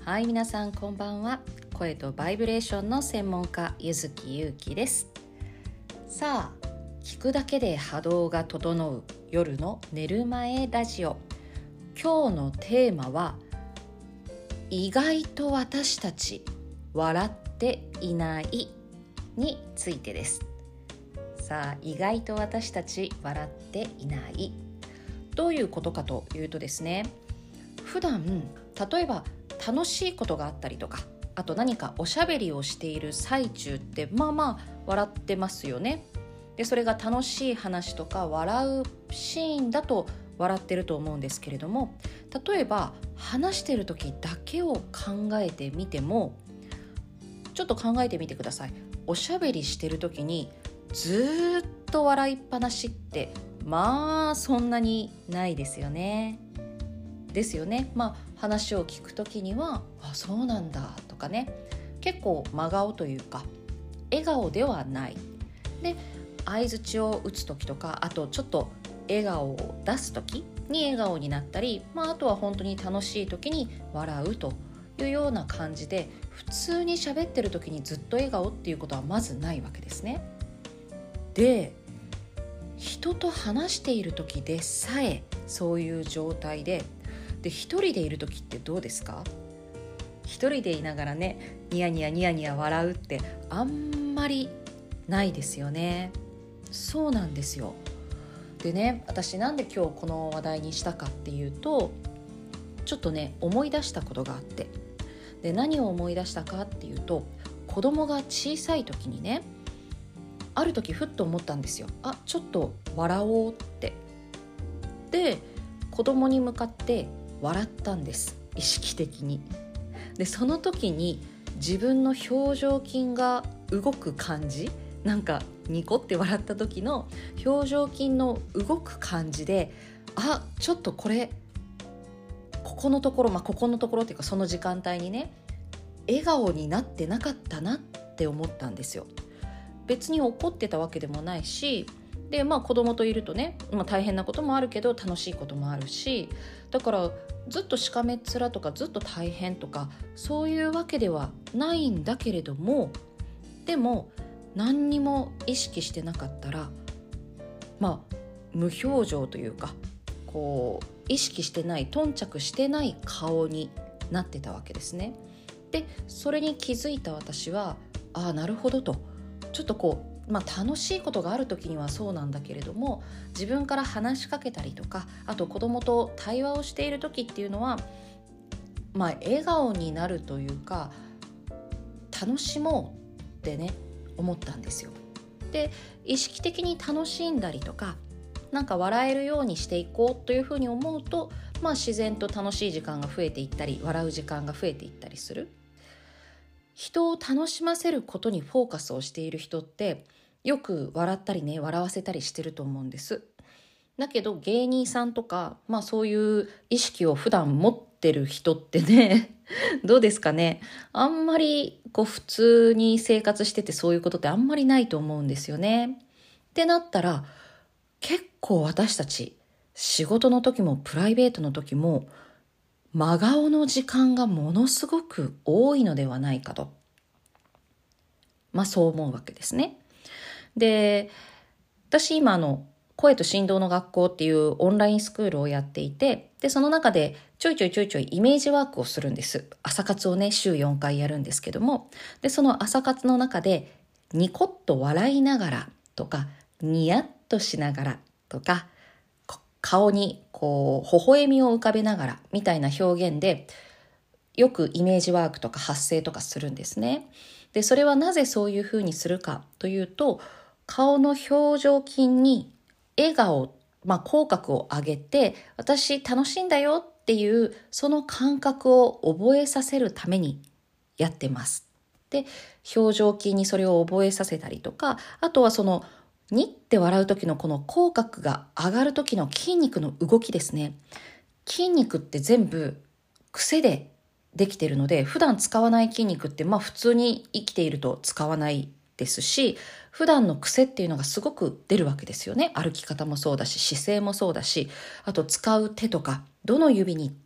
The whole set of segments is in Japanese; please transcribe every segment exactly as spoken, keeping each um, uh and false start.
はい、皆さんこんばんは。声とバイブレーションの専門家、ゆずきゆうきです。さあ、聞くだけで波動が整う夜の寝る前ラジオ。今日のテーマは、意外と私たち笑っていないについてです。さあ、意外と私たち笑っていない。どういうことかというとですね、普段例えば楽しいことがあったりとか、あと何かおしゃべりをしている最中ってまあまあ笑ってますよね。でそれが楽しい話とか笑うシーンだと笑ってると思うんですけれども、例えば話してる時だけを考えてみても、ちょっと考えてみてください。おしゃべりしてる時にずっと笑いっぱなしってまあそんなにないですよね。ですよね。まあ話を聞くときには、あ、そうなんだとかね、結構真顔というか笑顔ではない。で、相槌を打つときとか、あとちょっと笑顔を出すときに笑顔になったり、まあ、あとは本当に楽しいときに笑うというような感じで、普通に喋ってるときにずっと笑顔っていうことはまずないわけですね。で、人と話しているときでさえそういう状態で、で一人でいる時ってどうですか？一人でいながらね、ニヤニヤニヤニヤ笑うってあんまりないですよね。そうなんですよ。でね、私なんで今日この話題にしたかっていうと、ちょっとね思い出したことがあって、で何を思い出したかっていうと、子供が小さい時にね、ある時ふっと思ったんですよ。あ、ちょっと笑おうって。で、子供に向かって笑ったんです、意識的に。でその時に自分の表情筋が動く感じ、なんかニコって笑った時の表情筋の動く感じで、あ、ちょっとこれここのところ、まあここのところっていうか、その時間帯にね笑顔になってなかったなって思ったんですよ。別に怒ってたわけでもないし、でまあ子供といるとね、まあ、大変なこともあるけど楽しいこともあるし、だからずっとしかめっ面とかずっと大変とかそういうわけではないんだけれども、でも何にも意識してなかったら、まあ無表情というか、こう意識してない、頓着してない顔になってたわけですね。でそれに気づいた私は、ああなるほどと、ちょっとこうまあ、楽しいことがある時にはそうなんだけれども、自分から話しかけたりとか、あと子供と対話をしている時っていうのは、まあ、笑顔になるというか楽しもうってね思ったんですよ。で意識的に楽しんだりとか、なんか笑えるようにしていこうというふうに思うと、まあ、自然と楽しい時間が増えていったり、笑う時間が増えていったりする。人を楽しませることにフォーカスをしている人ってよく笑ったりね、笑わせたりしてると思うんです。だけど芸人さんとか、まあそういう意識を普段持ってる人ってねどうですかね、あんまりこう普通に生活しててそういうことってあんまりないと思うんですよね。ってなったら、結構私たち仕事の時もプライベートの時も真顔の時間がものすごく多いのではないかと、まあそう思うわけですね。で、私今あの声と振動の学校っていうオンラインスクールをやっていて、でその中でちょいちょいちょいちょいイメージワークをするんです。朝活をね週よんかいやるんですけども、でその朝活の中でニコッと笑いながらとか、ニヤッとしながらとか、顔にこう微笑みを浮かべながらみたいな表現でよくイメージワークとか発声とかするんですね。でそれはなぜそういうふうにするかというと、顔の表情筋に笑顔、まあ、口角を上げて、私楽しいんだよっていうその感覚を覚えさせるためにやってます。で表情筋にそれを覚えさせたりとか、あとはそのにって笑う時のこの口角が上がる時の筋肉の動きですね。筋肉って全部癖でできているので、普段使わない筋肉ってまあ普通に生きていると使わないですし、普段の癖っていうのがすごく出るわけですよね。歩き方もそうだし、姿勢もそうだし、あと使う手とか、どの指に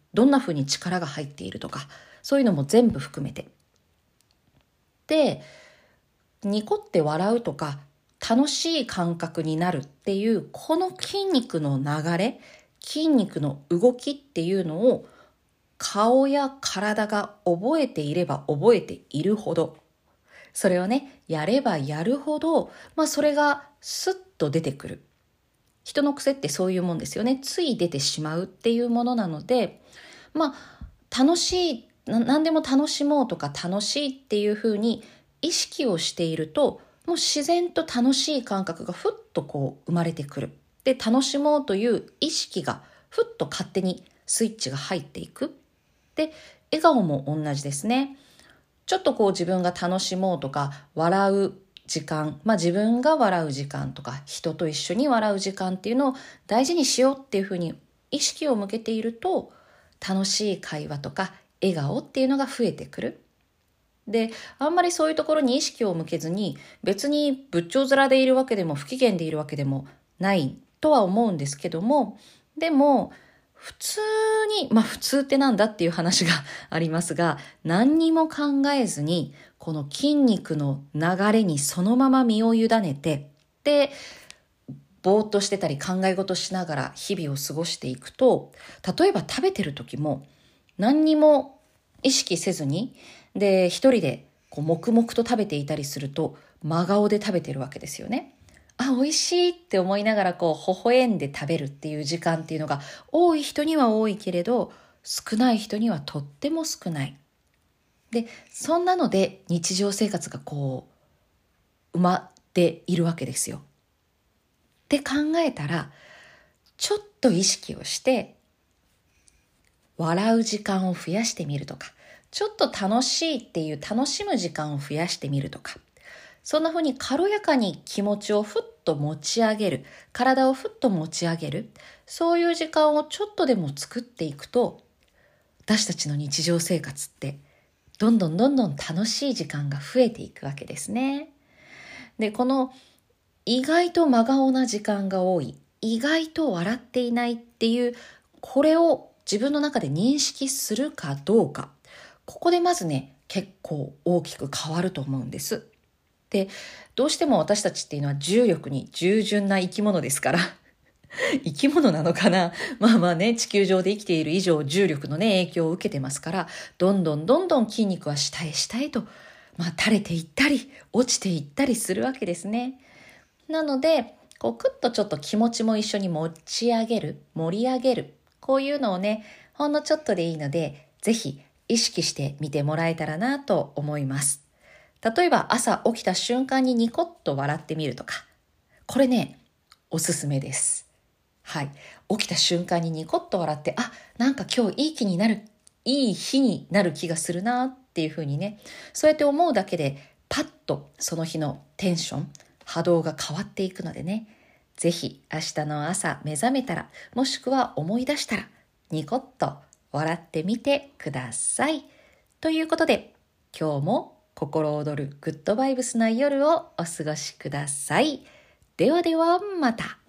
どんな風に力が入っているとか、そういうのも全部含めて。で、ニコって笑うとか、楽しい感覚になるっていう、この筋肉の流れ、筋肉の動きっていうのを、顔や体が覚えていれば覚えているほど、それをね、やればやるほど、まあそれがスッと出てくる。人の癖ってそういうもんですよね。つい出てしまうっていうものなので、まあ楽しい、な何でも楽しもうとか楽しいっていうふうに意識をしていると、もう自然と楽しい感覚がふっとこう生まれてくる。で、楽しもうという意識がふっと勝手にスイッチが入っていく。で、笑顔も同じですね。ちょっとこう自分が楽しもうとか笑う時間、まあ自分が笑う時間とか人と一緒に笑う時間っていうのを大事にしようっていうふうに意識を向けていると、楽しい会話とか笑顔っていうのが増えてくる。で、あんまりそういうところに意識を向けずに、別に仏頂面でいるわけでも不機嫌でいるわけでもないとは思うんですけども、でも普通に、まあ普通ってなんだっていう話がありますが、何にも考えずに、この筋肉の流れにそのまま身を委ねて、で、ぼーっとしてたり考え事しながら日々を過ごしていくと、例えば食べてる時も何にも意識せずに、で、一人でこう黙々と食べていたりすると、真顔で食べてるわけですよね。あ、美味しいって思いながらこう微笑んで食べるっていう時間っていうのが多い人には多いけれど、少ない人にはとっても少ない。で、そんなので日常生活がこう埋まっているわけですよ。って考えたら、ちょっと意識をして笑う時間を増やしてみるとか、ちょっと楽しいっていう楽しむ時間を増やしてみるとか、そんな風に軽やかに気持ちをふっと持ち上げる、体をふっと持ち上げる、そういう時間をちょっとでも作っていくと、私たちの日常生活ってどんどんどんどん楽しい時間が増えていくわけですね。で、この意外と真顔な時間が多い、意外と笑っていないっていう、これを自分の中で認識するかどうか、ここでまずね、結構大きく変わると思うんです。で、どうしても私たちっていうのは重力に従順な生き物ですから生き物なのかな、まあまあね、地球上で生きている以上重力のね影響を受けてますから、どんどんどんどん筋肉は下へ下へと、まあ、垂れていったり落ちていったりするわけですね。なのでこうクッとちょっと気持ちも一緒に持ち上げる、盛り上げる、こういうのをね、ほんのちょっとでいいのでぜひ意識してみてもらえたらなと思います。例えば朝起きた瞬間にニコッと笑ってみるとか、これね、おすすめです。はい。起きた瞬間にニコッと笑って、あ、なんか今日いい気になる、いい日になる気がするなっていうふうにね、そうやって思うだけで、パッとその日のテンション、波動が変わっていくのでね、ぜひ明日の朝目覚めたら、もしくは思い出したら、ニコッと笑ってみてください。ということで、今日も心躍るグッドバイブスな夜をお過ごしください。ではではまた。